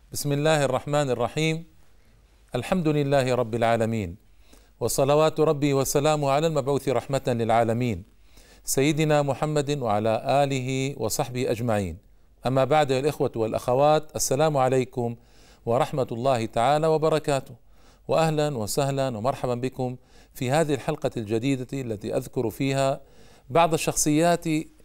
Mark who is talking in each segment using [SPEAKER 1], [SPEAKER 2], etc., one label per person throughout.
[SPEAKER 1] بسم الله الرحمن الرحيم. الحمد لله رب العالمين، وصلوات ربي وسلامه على المبعوث رحمة للعالمين سيدنا محمد وعلى آله وصحبه أجمعين. أما بعد، يا الإخوة والأخوات، السلام عليكم ورحمة الله تعالى وبركاته، وأهلا وسهلا ومرحبا بكم في هذه الحلقة الجديدة التي أذكر فيها بعض الشخصيات.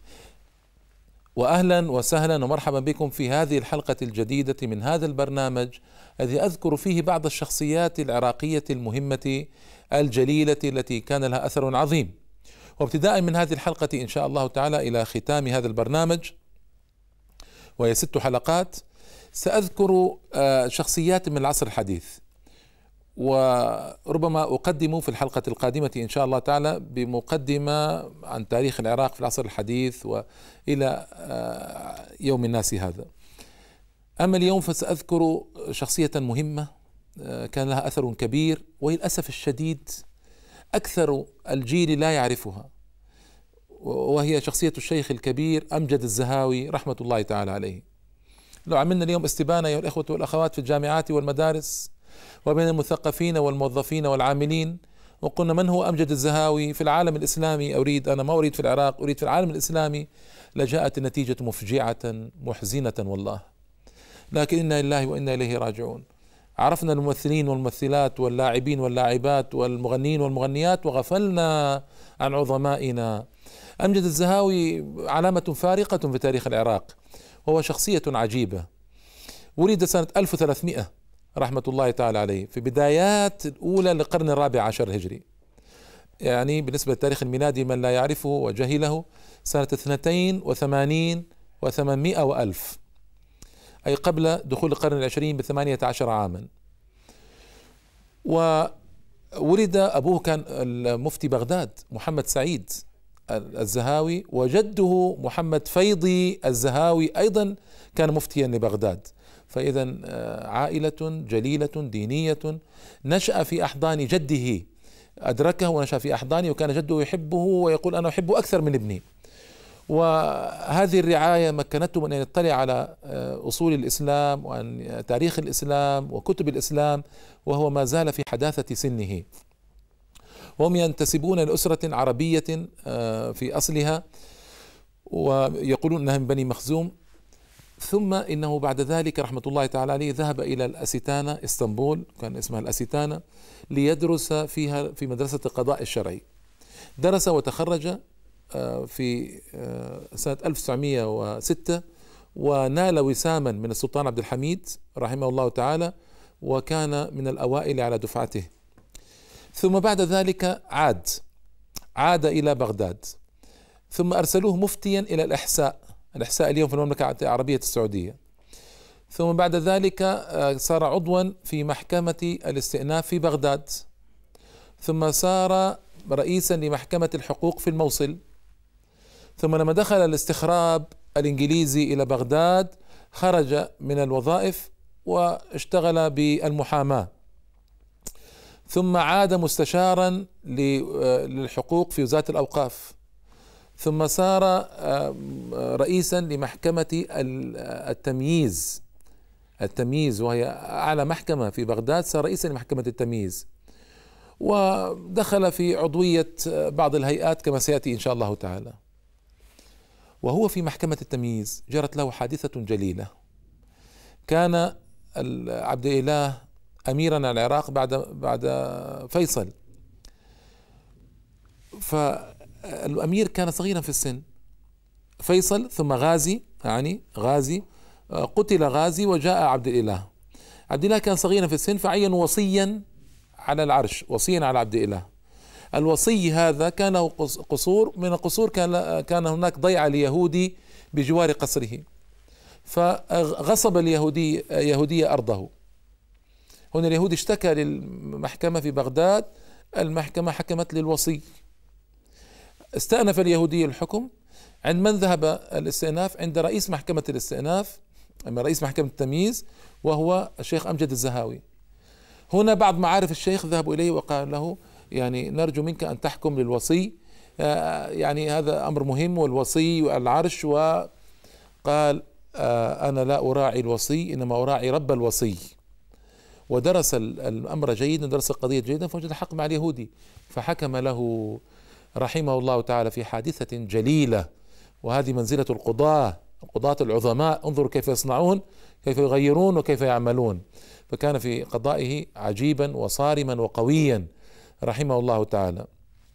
[SPEAKER 1] وأهلا وسهلا ومرحبا بكم في هذه الحلقة الجديدة من هذا البرنامج الذي أذكر فيه بعض الشخصيات العراقية المهمة الجليلة التي كان لها أثر عظيم. وابتداء من هذه الحلقة إن شاء الله تعالى إلى ختام هذا البرنامج، وهي 6 حلقات، سأذكر شخصيات من العصر الحديث، وربما أقدم في الحلقة القادمة إن شاء الله تعالى بمقدمة عن تاريخ العراق في العصر الحديث وإلى يوم الناس هذا. أما اليوم فسأذكر شخصية مهمة كان لها أثر كبير، وللأسف الشديد أكثر الجيل لا يعرفها، وهي شخصية الشيخ الكبير أمجد الزهاوي رحمة الله تعالى عليه. لو عملنا اليوم استبانة أيها الأخوة والأخوات في الجامعات والمدارس وبين المثقفين والموظفين والعاملين، وقلنا من هو أمجد الزهاوي في العالم الإسلامي، أنا ما أريد في العراق، أريد في العالم الإسلامي، لجاءت النتيجة مفجعة محزنة والله. لكن إنا لله وإنا إليه راجعون. عرفنا الممثلين والممثلات واللاعبين واللاعبات والمغنين والمغنيات، وغفلنا عن عظمائنا. أمجد الزهاوي علامة فارقة في تاريخ العراق، وهو شخصية عجيبة. ولد سنة 1300 رحمة الله تعالى عليه، في بدايات الأولى للقرن الرابع عشر الهجري، يعني بالنسبة للتاريخ الميلادي من لا يعرفه وجهله سنة 82 و800 وألف، أي قبل دخول القرن العشرين ب18 عاما. وولد أبوه كان المفتي بغداد محمد سعيد الزهاوي، وجده محمد فيضي الزهاوي أيضا كان مفتيا لبغداد. فإذا عائلة جليلة دينية، نشأ في أحضان جده، أدركه ونشأ في أحضانه، وكان جده يحبه ويقول أنا أحبه أكثر من ابني. وهذه الرعاية مكنته من أن يطلع على أصول الإسلام وعن تاريخ الإسلام وكتب الإسلام، وهو ما زال في حداثة سنه. وهم ينتسبون لأسرة عربية في أصلها، ويقولون أنها من بني مخزوم. ثم إنه بعد ذلك رحمة الله تعالى عليه ذهب إلى الأستانة، اسطنبول كان اسمها الأستانة، ليدرس فيها في مدرسة القضاء الشرعي. درس وتخرج في سنة 1906، ونال وساما من السلطان عبد الحميد رحمه الله تعالى، وكان من الأوائل على دفعته. ثم بعد ذلك عاد إلى بغداد، ثم أرسلوه مفتيا إلى الإحساء اليوم في المملكة العربية السعودية. ثم بعد ذلك صار عضوا في محكمة الاستئناف في بغداد، ثم صار رئيسا لمحكمة الحقوق في الموصل. ثم لما دخل الاستخراب الإنجليزي إلى بغداد خرج من الوظائف واشتغل بالمحاماة، ثم عاد مستشارا للحقوق في وزارة الأوقاف، ثم صار رئيسا لمحكمة التمييز، وهي أعلى محكمة في بغداد، صار رئيسا لمحكمة التمييز. ودخل في عضوية بعض الهيئات كما سيأتي إن شاء الله تعالى. وهو في محكمة التمييز جرت له حادثة جليلة. كان عبد الإله أميرا على العراق بعد فيصل، فالأمير كان صغيرا في السن. فيصل ثم غازي قتل غازي، وجاء عبد الإله. عبد الإله كان صغيرا في السن، فعين وصيا على العرش، وصيا على عبد الإله. الوصي هذا كان له قصور، من القصور كان هناك ضيعة ليهودي بجوار قصره، فغصب يهودية أرضه. هنا اليهودي اشتكى للمحكمة في بغداد، المحكمة حكمت للوصي. استأنف اليهودي الحكم. عند من ذهب الاستئناف؟ عند رئيس محكمة الاستئناف، أما رئيس محكمة التمييز، وهو الشيخ أمجد الزهاوي. هنا بعض معارف الشيخ ذهبوا إليه وقال له يعني نرجو منك أن تحكم للوصي، يعني هذا أمر مهم، والوصي والعرش. وقال أنا لا أراعي الوصي إنما أراعي رب الوصي، ودرس الأمر جيدا ودرس القضية جيدا، فوجد الحق مع اليهودي فحكم له رحمه الله تعالى في حادثة جليلة. وهذه منزلة القضاة العظماء، انظروا كيف يصنعون، كيف يغيرون وكيف يعملون. فكان في قضائه عجيبا وصارما وقويا رحمه الله تعالى.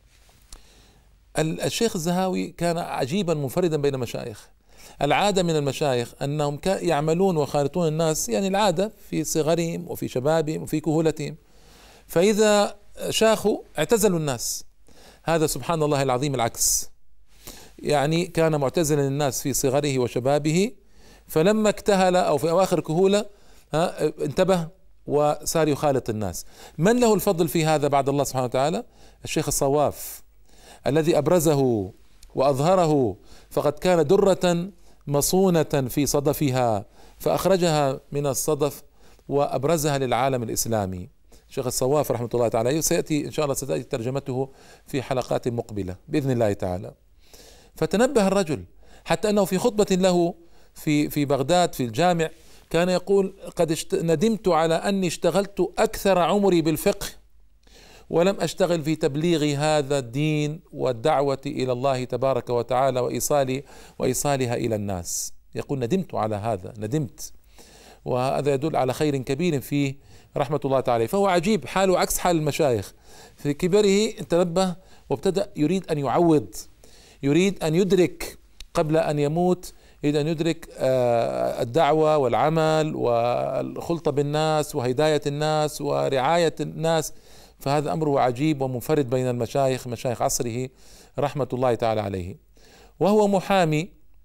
[SPEAKER 1] الشيخ الزهاوي كان عجيبا منفردا بين المشايخ. العادة من المشايخ أنهم يعملون ويخالطون الناس، يعني العادة في صغرهم وفي شبابهم وفي كهولتهم، فإذا شاخوا اعتزلوا الناس. هذا سبحان الله العظيم العكس، يعني كان معتزلا الناس في صغره وشبابه، فلما اكتهل أو في أواخر كهولة انتبه وصار يخالط الناس. من له الفضل في هذا بعد الله سبحانه وتعالى؟ الشيخ الصواف الذي أبرزه وأظهره، فقد كان درة مصونة في صدفها فأخرجها من الصدف وأبرزها للعالم الإسلامي. الشيخ الصواف رحمة الله تعالى عليه، سيأتي إن شاء الله ستأتي ترجمته في حلقات مقبلة بإذن الله تعالى. فتنبه الرجل حتى أنه في خطبة له في بغداد في الجامع كان يقول: قد ندمت على أني اشتغلت أكثر عمري بالفقه ولم أشتغل في تبليغ هذا الدين والدعوة إلى الله تبارك وتعالى وإيصالها إلى الناس. يقول: ندمت على هذا، ندمت. وهذا يدل على خير كبير فيه رحمة الله تعالى. فهو عجيب، حاله عكس حال المشايخ. في كبره تنبه وابتدأ يريد أن يعوض، يريد أن يدرك قبل أن يموت، يريد أن يدرك الدعوة والعمل والخلطة بالناس وهداية الناس ورعاية الناس. فهذا أمره عجيب ومنفرد بين المشايخ، مشايخ عصره رحمة الله تعالى عليه. وهو محامي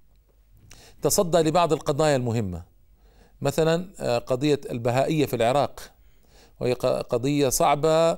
[SPEAKER 1] تصدى لبعض القضايا المهمة، مثلا قضية البهائية في العراق، وهي قضية صعبة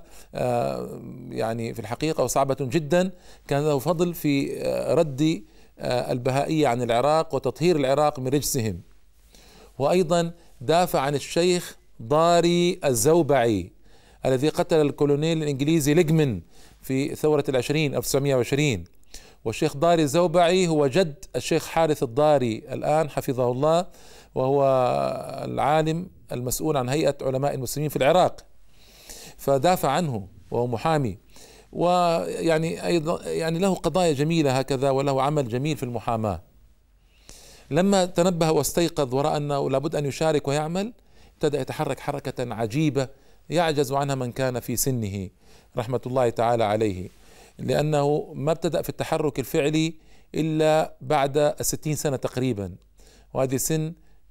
[SPEAKER 1] يعني في الحقيقة وصعبة جدا. كان له فضل في رد البهائية عن العراق وتطهير العراق من رجسهم. وأيضا دافع عن الشيخ ضاري الزوبعي الذي قتل الكولونيل الإنجليزي ليجمن في ثورة 1920. والشيخ ضاري الزوبعي هو جد الشيخ حارث الضاري الآن حفظه الله، وهو العالم المسؤول عن هيئة علماء المسلمين في العراق، فدافع عنه وهو محامي. ويعني أيضا يعني له قضايا جميلة هكذا، وله عمل جميل في المحاماة. لما تنبه واستيقظ ورأى أنه لابد أن يشارك ويعمل، ابتدأ يتحرك حركة عجيبة يعجز عنها من كان في سنه رحمة الله تعالى عليه، لأنه ما ابتدأ في التحرك الفعلي إلا بعد 60 سنة تقريبا، وهذه سن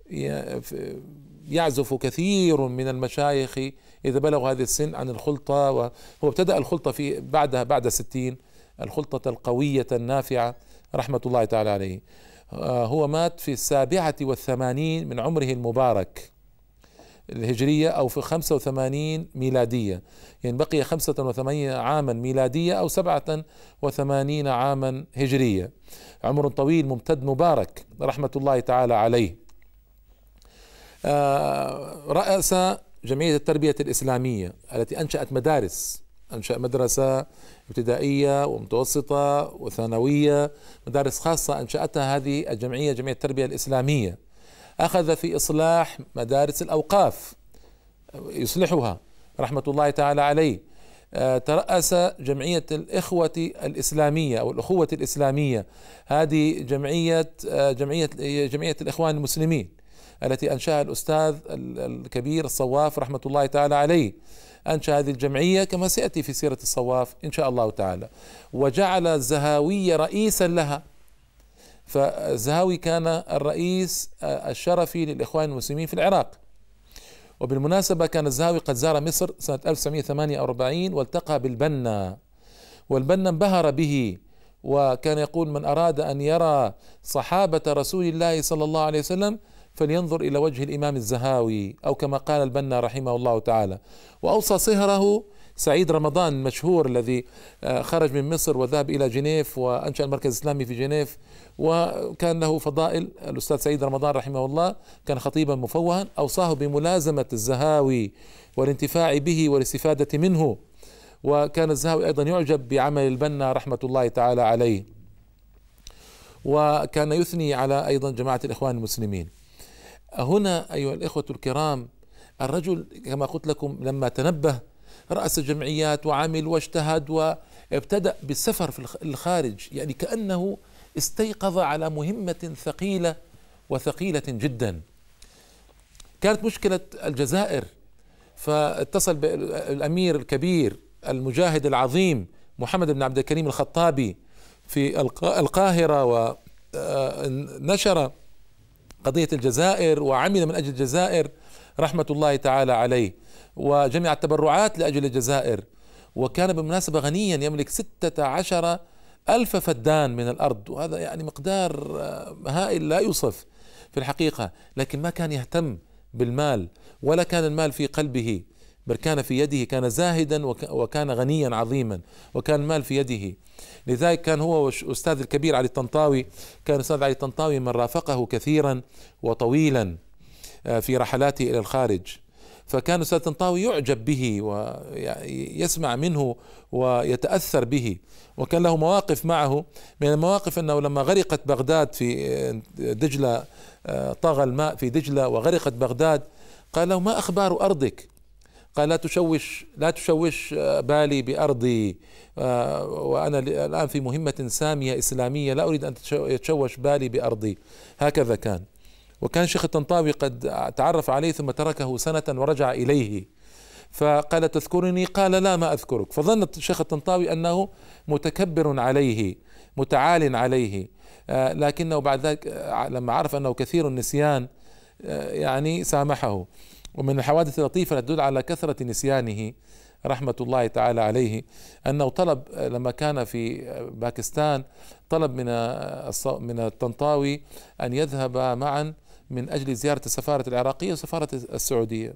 [SPEAKER 1] يعزف كثير من المشايخ إذا بلغوا هذه السن عن الخلطة. وهو ابتدأ الخلطة في بعد 60، الخلطة القوية النافعة رحمة الله تعالى عليه. هو مات في 87 من عمره المبارك الهجرية، أو في 85 ميلادية، يعني بقي 85 عاما ميلادية أو 87 عاما هجرية. عمر طويل ممتد مبارك رحمة الله تعالى عليه. رأس جمعية التربية الإسلامية التي أنشأت مدارس، أنشأ مدرسة ابتدائية ومتوسطة وثانوية، مدارس خاصة أنشأتها هذه الجمعية، جمعية التربية الإسلامية. أخذ في إصلاح مدارس الأوقاف يصلحها رحمة الله تعالى عليه. ترأس جمعية الإخوة الإسلامية أو الأخوة الإسلامية، هذه جمعية الإخوان المسلمين التي أنشأها الأستاذ الكبير الصواف رحمة الله تعالى عليه. أنشأ هذه الجمعية كما سيأتي في سيرة الصواف إن شاء الله تعالى، وجعل الزهاوي رئيسا لها. فالزهاوي كان الرئيس الشرفي للإخوان المسلمين في العراق. وبالمناسبة كان الزهاوي قد زار مصر سنة 1948 والتقى بالبنا، والبنا انبهر به، وكان يقول: من أراد أن يرى صحابة رسول الله صلى الله عليه وسلم فلينظر إلى وجه الإمام الزهاوي، أو كما قال البنا رحمه الله تعالى. وأوصى صهره سعيد رمضان المشهور الذي خرج من مصر وذهب إلى جنيف وأنشأ المركز الإسلامي في جنيف، وكان له فضائل. الأستاذ سعيد رمضان رحمه الله كان خطيبا مفوها، أوصاه بملازمة الزهاوي والانتفاع به والاستفادة منه. وكان الزهاوي أيضا يعجب بعمل البنا رحمة الله تعالى عليه، وكان يثني على أيضا جماعة الإخوان المسلمين. هنا أيها الإخوة الكرام الرجل كما قلت لكم لما تنبه رأس الجمعيات وعمل واجتهد وابتدأ بالسفر في الخارج، يعني كأنه استيقظ على مهمة ثقيلة وثقيلة جدا. كانت مشكلة الجزائر، فاتصل بالأمير الكبير المجاهد العظيم محمد بن عبد الكريم الخطابي في القاهرة، ونشر قضية الجزائر وعمل من أجل الجزائر رحمة الله تعالى عليه، وجمع التبرعات لأجل الجزائر. وكان بالمناسبة غنيا، يملك 16 ألف فدان من الأرض، وهذا يعني مقدار هائل لا يوصف في الحقيقة. لكن ما كان يهتم بالمال، ولا كان المال في قلبه، بل كان في يده. كان زاهدا وكان غنيا عظيما، وكان المال في يده. لذلك كان هو والأستاذ الكبير علي الطنطاوي، كان الأستاذ علي الطنطاوي من رافقه كثيرا وطويلا في رحلاته إلى الخارج. فكان الأستاذ الطنطاوي يعجب به ويسمع منه ويتأثر به. وكان له مواقف معه، من المواقف أنه لما غرقت بغداد في دجلة، طغى الماء في دجلة وغرقت بغداد، قال له: ما أخبار أرضك؟ قال: لا تشوش بالي بأرضي، وأنا الآن في مهمة سامية إسلامية، لا أريد أن يتشوش بالي بأرضي. هكذا كان. وكان شيخ الطنطاوي قد تعرف عليه ثم تركه سنة ورجع إليه، فقال: تذكرني؟ قال: لا، ما أذكرك. فظن الشيخ الطنطاوي أنه متكبر عليه متعال عليه، لكنه بعد ذلك لما عرف أنه كثير النسيان يعني سامحه. ومن الحوادث اللطيفة التي تدل على كثرة نسيانه رحمة الله تعالى عليه أنه طلب لما كان في باكستان، طلب من الطنطاوي أن يذهب معا من أجل زيارة السفارة العراقية وسفارة السعودية.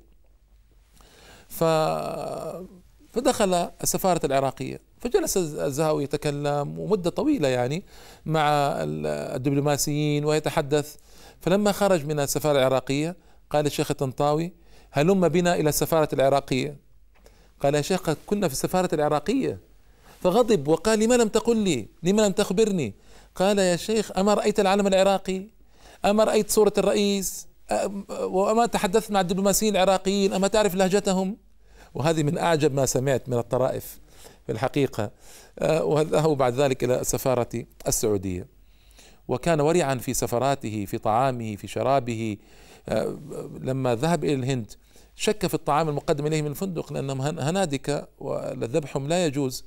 [SPEAKER 1] فدخل السفارة العراقية، فجلس الزهاوي يتكلم ومدة طويلة يعني مع الدبلوماسيين ويتحدث. فلما خرج من السفارة العراقية قال الشيخ الطنطاوي: هلم بنا إلى السفارة العراقية. قال: يا شيخ كنا في السفارة العراقية. فغضب وقال: لما لم تقل لي؟ لما لم تخبرني؟ قال: يا شيخ أما رأيت العلم العراقي؟ أما رأيت صورة الرئيس؟ وأما تحدثت مع الدبلوماسيين العراقيين؟ أما تعرف لهجتهم؟ وهذه من أعجب ما سمعت من الطرائف في الحقيقة. وذهبوا بعد ذلك إلى السفارة السعودية. وكان ورعا في سفراته، في طعامه، في شرابه. لما ذهب إلى الهند شك في الطعام المقدم إليه من الفندق، لأنهم هنادكة وذبحهم لا يجوز،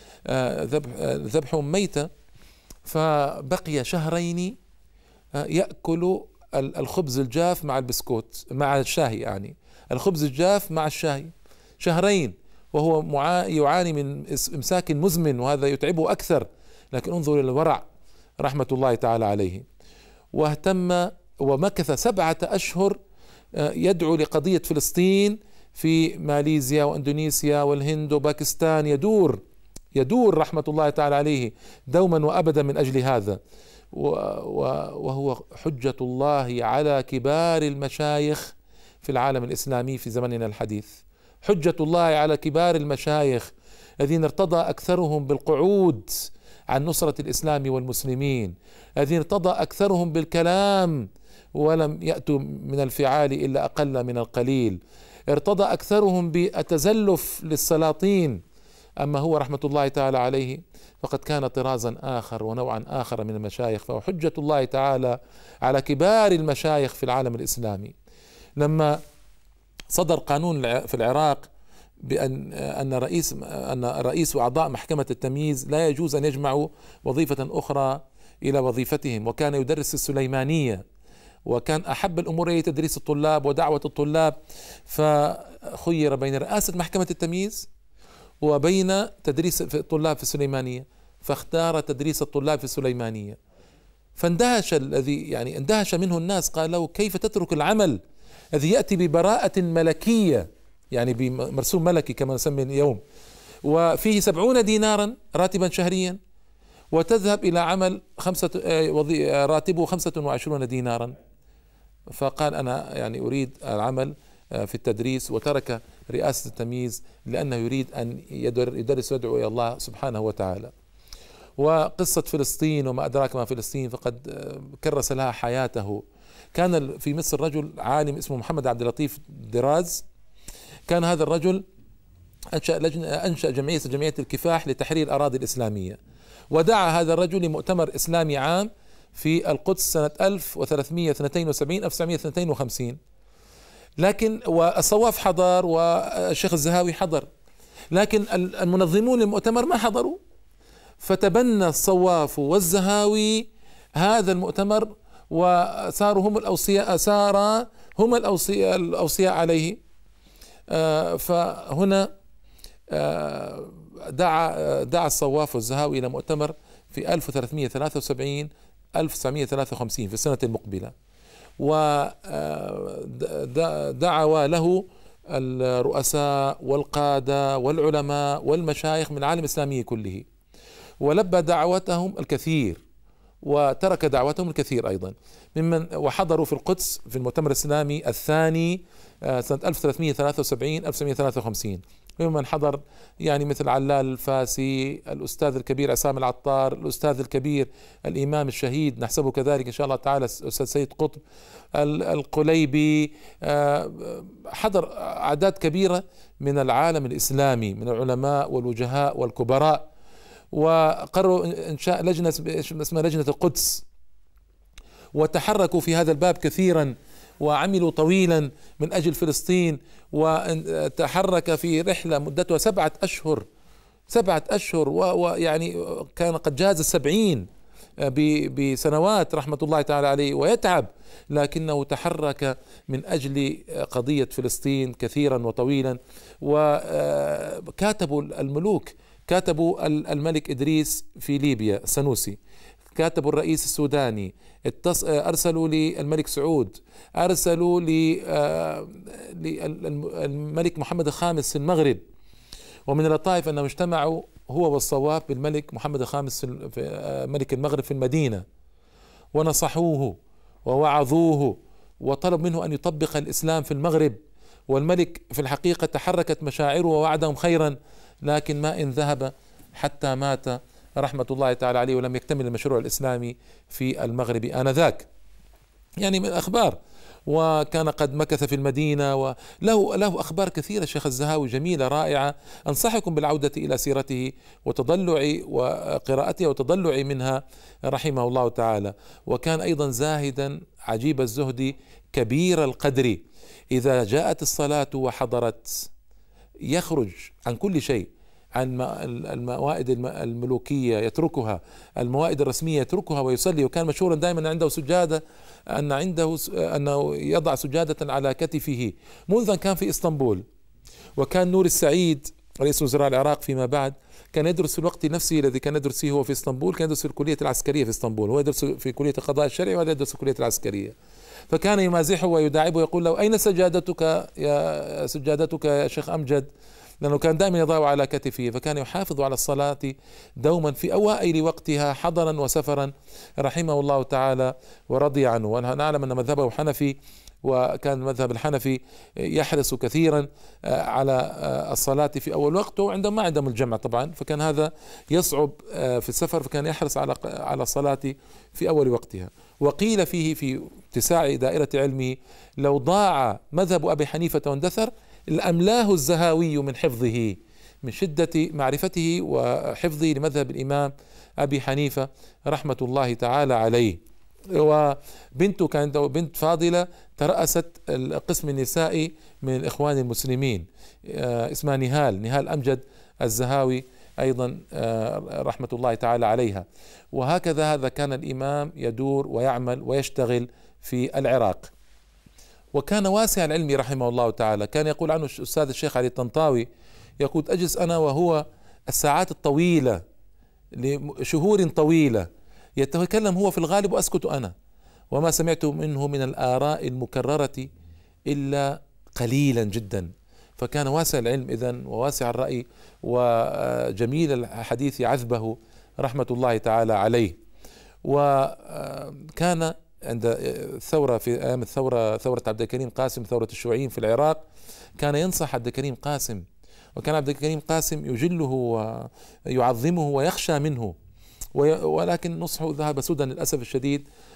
[SPEAKER 1] ذبحهم ميتة. فبقي شهرين يأكل الخبز الجاف مع البسكوت مع الشاي، يعني الخبز الجاف مع الشاي شهرين، وهو يعاني من إمساك مزمن، وهذا يتعبه أكثر. لكن انظر إلى الورع رحمة الله تعالى عليه. واهتم ومكث 7 أشهر يدعو لقضية فلسطين في ماليزيا وإندونيسيا والهند وباكستان، يدور رحمة الله تعالى عليه دوما وأبدا من أجل هذا. وهو حجة الله على كبار المشايخ في العالم الإسلامي في زمننا الحديث، حجة الله على كبار المشايخ الذين ارتضى أكثرهم بالقعود عن نصرة الإسلام والمسلمين، الذين ارتضى أكثرهم بالكلام ولم يأتوا من الفعال إلا أقل من القليل، ارتضى أكثرهم بالتزلف للسلاطين. أما هو رحمة الله تعالى عليه فقد كان طرازا آخر ونوعا آخر من المشايخ، فهو حجة الله تعالى على كبار المشايخ في العالم الإسلامي. لما صدر قانون في العراق بأن رئيس وأعضاء محكمة التمييز لا يجوز أن يجمعوا وظيفة أخرى إلى وظيفتهم، وكان يدرس السليمانية، وكان أحب الأمور إليه تدريس الطلاب ودعوة الطلاب، فخير بين رئاسة محكمة التمييز وبين تدريس الطلاب في السليمانية، فاختار تدريس الطلاب في السليمانية. فاندهش اندهش منه الناس، قالوا: كيف تترك العمل الذي يأتي ببراءة ملكية، يعني بمرسوم ملكي كما نسمي اليوم، وفيه 70 دينارا راتبا شهريا، وتذهب إلى عمل راتبه 25 دينارا. فقال: أنا يعني أريد العمل في التدريس، وترك رئاسة التمييز لأنه يريد أن يدرس ويدعو إلى الله سبحانه وتعالى. وقصة فلسطين وما أدراك ما فلسطين، فقد كرس لها حياته، كان في مصر رجل عالم اسمه محمد عبد اللطيف دراز. كان هذا الرجل أنشأ جمعية الكفاح لتحرير الأراضي الإسلامية، ودعا هذا الرجل لمؤتمر إسلامي عام في القدس سنة 1372 1952. لكن والصواف حضر والشيخ الزهاوي حضر، لكن المنظمون للمؤتمر ما حضروا، فتبنى الصواف والزهاوي هذا المؤتمر وصاروا هم الأوصياء عليه. فهنا دعا الصواف والزهاوي إلى مؤتمر في 1373 1953 في السنة المقبلة، ودعوا له الرؤساء والقادة والعلماء والمشايخ من العالم الإسلامي كله، ولبى دعوتهم الكثير وترك دعوتهم الكثير أيضا وحضروا في القدس في المؤتمر الإسلامي الثاني سنة 1373 1953. ممن حضر يعني مثل علال الفاسي، الأستاذ الكبير عصام العطار، الأستاذ الكبير الإمام الشهيد نحسبه كذلك إن شاء الله تعالى الأستاذ سيد قطب، القليبي، حضر أعداد كبيرة من العالم الإسلامي من العلماء والوجهاء والكبراء، وقرروا إنشاء لجنة اسمها لجنة القدس، وتحركوا في هذا الباب كثيرا وعملوا طويلا من أجل فلسطين، وتحرك في رحلة مدتها 7 أشهر ويعني كان قد جاز 70 بسنوات رحمة الله تعالى عليه ويتعب، لكنه تحرك من أجل قضية فلسطين كثيرا وطويلا. وكاتبوا الملوك، كاتبوا الملك إدريس في ليبيا السنوسي، كاتبوا الرئيس السوداني، أرسلوا للملك سعود، أرسلوا للملك محمد الخامس في المغرب. ومن اللطائف أنهم اجتمعوا هو والصواف بالملك محمد الخامس في ملك المغرب في المدينة، ونصحوه ووعظوه وطلب منه أن يطبق الإسلام في المغرب. والملك في الحقيقة تحركت مشاعره ووعدهم خيرا، لكن ما إن ذهب حتى مات رحمة الله تعالى عليه، ولم يكتمل المشروع الإسلامي في المغرب آنذاك يعني من الأخبار. وكان قد مكث في المدينة وله أخبار كثيرة شيخ الزهاوي جميلة رائعة، أنصحكم بالعودة إلى سيرته وتضلع وقراءتها وتضلع منها رحمه الله تعالى. وكان أيضا زاهدا عجيب الزهد كبير القدر، إذا جاءت الصلاة وحضرت يخرج عن كل شيء، عن الموائد الملوكية يتركها، الموائد الرسمية يتركها ويصلي. وكان مشهورا دائما عنده سجادة، أنه يضع سجادة على كتفه منذ أن كان في إسطنبول. وكان نور السعيد رئيس وزراء العراق فيما بعد كان يدرس في الوقت نفسه الذي كان يدرس فيه هو في إسطنبول، كان يدرس في الكلية العسكرية في إسطنبول، هو يدرس في كلية القضاء الشرعي وهذا يدرس في الكلية العسكرية. فكان يمازحه ويداعبه ويقول له: أين سجادتك يا شيخ أمجد؟ لأنه كان دائما يضع على كتفه. فكان يحافظ على الصلاة دوما في أوائل وقتها حضرا وسفرا رحمه الله تعالى ورضي عنه. ونعلم أن مذهبه حنفي، وكان المذهب الحنفي يحرص كثيرا على الصلاة في أول وقت، وعندما ما عندهم الجمع طبعا فكان هذا يصعب في السفر، فكان يحرص على الصلاة في أول وقتها. وقيل فيه في اتساع دائرة علمه: لو ضاع مذهب أبي حنيفة واندثر لأملاه الزهاوي من حفظه، من شدة معرفته وحفظه لمذهب الإمام أبي حنيفة رحمة الله تعالى عليه. وبنته كانت بنت فاضلة ترأست القسم النسائي من الإخوان المسلمين، اسمها نهال أمجد الزهاوي أيضا رحمة الله تعالى عليها. وهكذا هذا كان الإمام يدور ويعمل ويشتغل في العراق. وكان واسع العلم رحمه الله تعالى. كان يقول عنه الأستاذ الشيخ علي الطنطاوي، يقول: أجلس أنا وهو الساعات الطويلة لشهور طويلة يتكلم هو في الغالب وأسكت أنا، وما سمعت منه من الآراء المكررة إلا قليلا جدا. فكان واسع العلم إذن وواسع الرأي وجميل الحديث عذبه رحمة الله تعالى عليه. وكان عند الثورة في أيام الثورة، ثورة عبد الكريم قاسم، ثورة الشيوعيين في العراق، كان ينصح عبد الكريم قاسم، وكان عبد الكريم قاسم يجله ويعظمه ويخشى منه، ولكن نصحه ذهب سدى للأسف الشديد،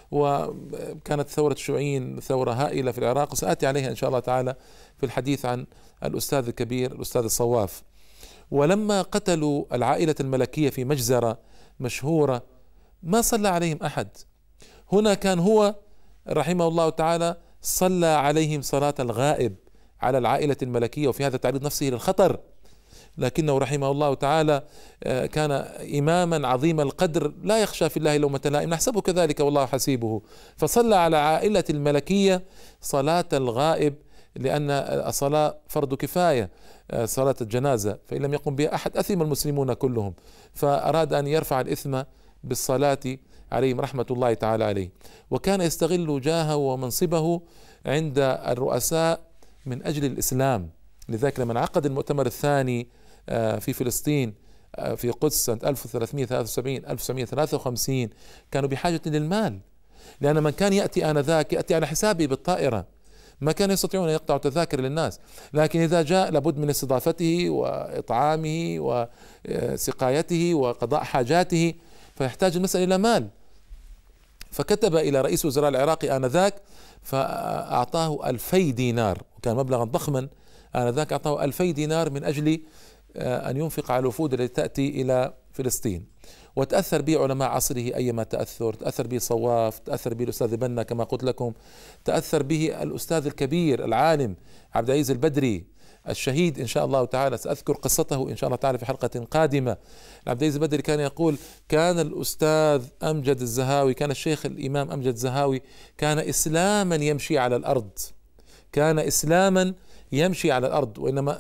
[SPEAKER 1] وكانت ثورة الشيوعيين ثورة هائلة في العراق، وسآتي عليها إن شاء الله تعالى في الحديث عن الأستاذ الكبير الأستاذ الصواف. ولما قتلوا العائلة الملكية في مجزرة مشهورة ما صلى عليهم أحد. هنا كان هو رحمه الله تعالى صلى عليهم صلاة الغائب على العائلة الملكية، وفي هذا تعريض نفسه للخطر، لكنه رحمه الله تعالى كان إماما عظيم القدر لا يخشى في الله لومة لائم، نحسبه كذلك والله حسيبه، فصلى على عائلة الملكية صلاة الغائب، لأن الصلاة فرض كفاية، صلاة الجنازة، فإن لم يقم بها أحد أثم المسلمون كلهم، فأراد أن يرفع الإثم بالصلاة عليهم رحمة الله تعالى عليه. وكان يستغل جاهه ومنصبه عند الرؤساء من أجل الإسلام، لذلك لما عقد المؤتمر الثاني في فلسطين في قدس سنة 1373 1953 كانوا بحاجة للمال، لأن من كان يأتي آنذاك يأتي على حسابه بالطائرة، ما كانوا يستطيعون أن يقطعوا تذاكر للناس، لكن إذا جاء لابد من استضافته وإطعامه وسقايته وقضاء حاجاته، فيحتاج المسألة إلى مال. فكتب إلى رئيس وزراء العراق آنذاك فأعطاه 2000 دينار، وكان مبلغا ضخما آنذاك، أعطاه 2000 دينار من أجل أن ينفق على الوفود التي تأتي إلى فلسطين. وتأثر به علماء عصره أيما تأثر، تأثر به صواف، تأثر به الأستاذ بنا كما قلت لكم، تأثر به الأستاذ الكبير العالم عبد العزيز البدري الشهيد إن شاء الله تعالى، سأذكر قصته إن شاء الله تعالى في حلقة قادمة. عبد العزيز البدري كان يقول كان الأستاذ أمجد الزهاوي، كان الشيخ الإمام أمجد الزهاوي كان إسلاما يمشي على الأرض، كان إسلاما يمشي على الأرض، وإنما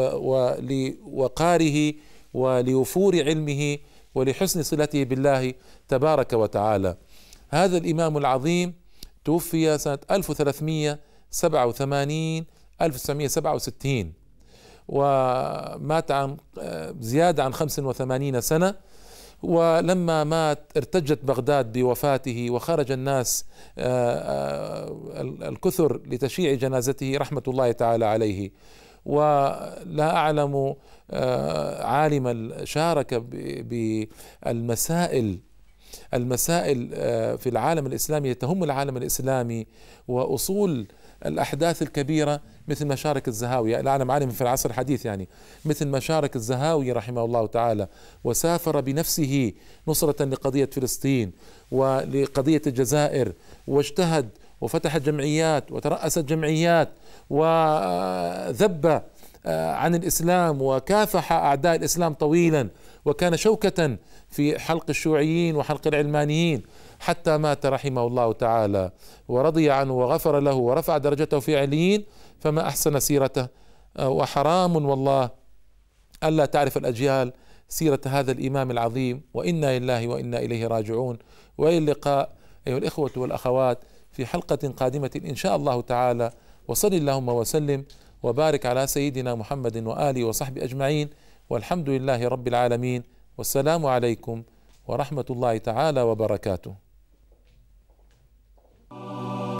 [SPEAKER 1] ولوقاره ولوفور علمه ولحسن صلته بالله تبارك وتعالى. هذا الإمام العظيم توفي سنة 1387 1967، ومات عن زيادة عن 85 سنة. ولما مات ارتجت بغداد بوفاته، وخرج الناس الكثر لتشييع جنازته رحمة الله تعالى عليه. ولا أعلم عالما شارك بالمسائل في العالم الإسلامي تهم العالم الإسلامي وأصول الأحداث الكبيرة مثل مشارك الزهاوي، لا أعلم عالم في العصر الحديث يعني مثل مشارك الزهاوي رحمه الله تعالى، وسافر بنفسه نصرة لقضية فلسطين ولقضية الجزائر، واجتهد وفتح جمعيات وترأس جمعيات وذب عن الإسلام وكافح أعداء الإسلام طويلا، وكان شوكة في حلق الشيوعيين وحلق العلمانيين حتى مات رحمه الله تعالى، ورضي عنه وغفر له ورفع درجته في عليين، فما أحسن سيرته. وحرام والله ألا تعرف الأجيال سيرة هذا الإمام العظيم، وإنا لله وإنا إليه راجعون. وإلى اللقاء أيها الإخوة والأخوات في حلقة قادمة إن شاء الله تعالى، وصل اللهم وسلم وبارك على سيدنا محمد وآله وصحبه أجمعين، والحمد لله رب العالمين، والسلام عليكم ورحمة الله تعالى وبركاته.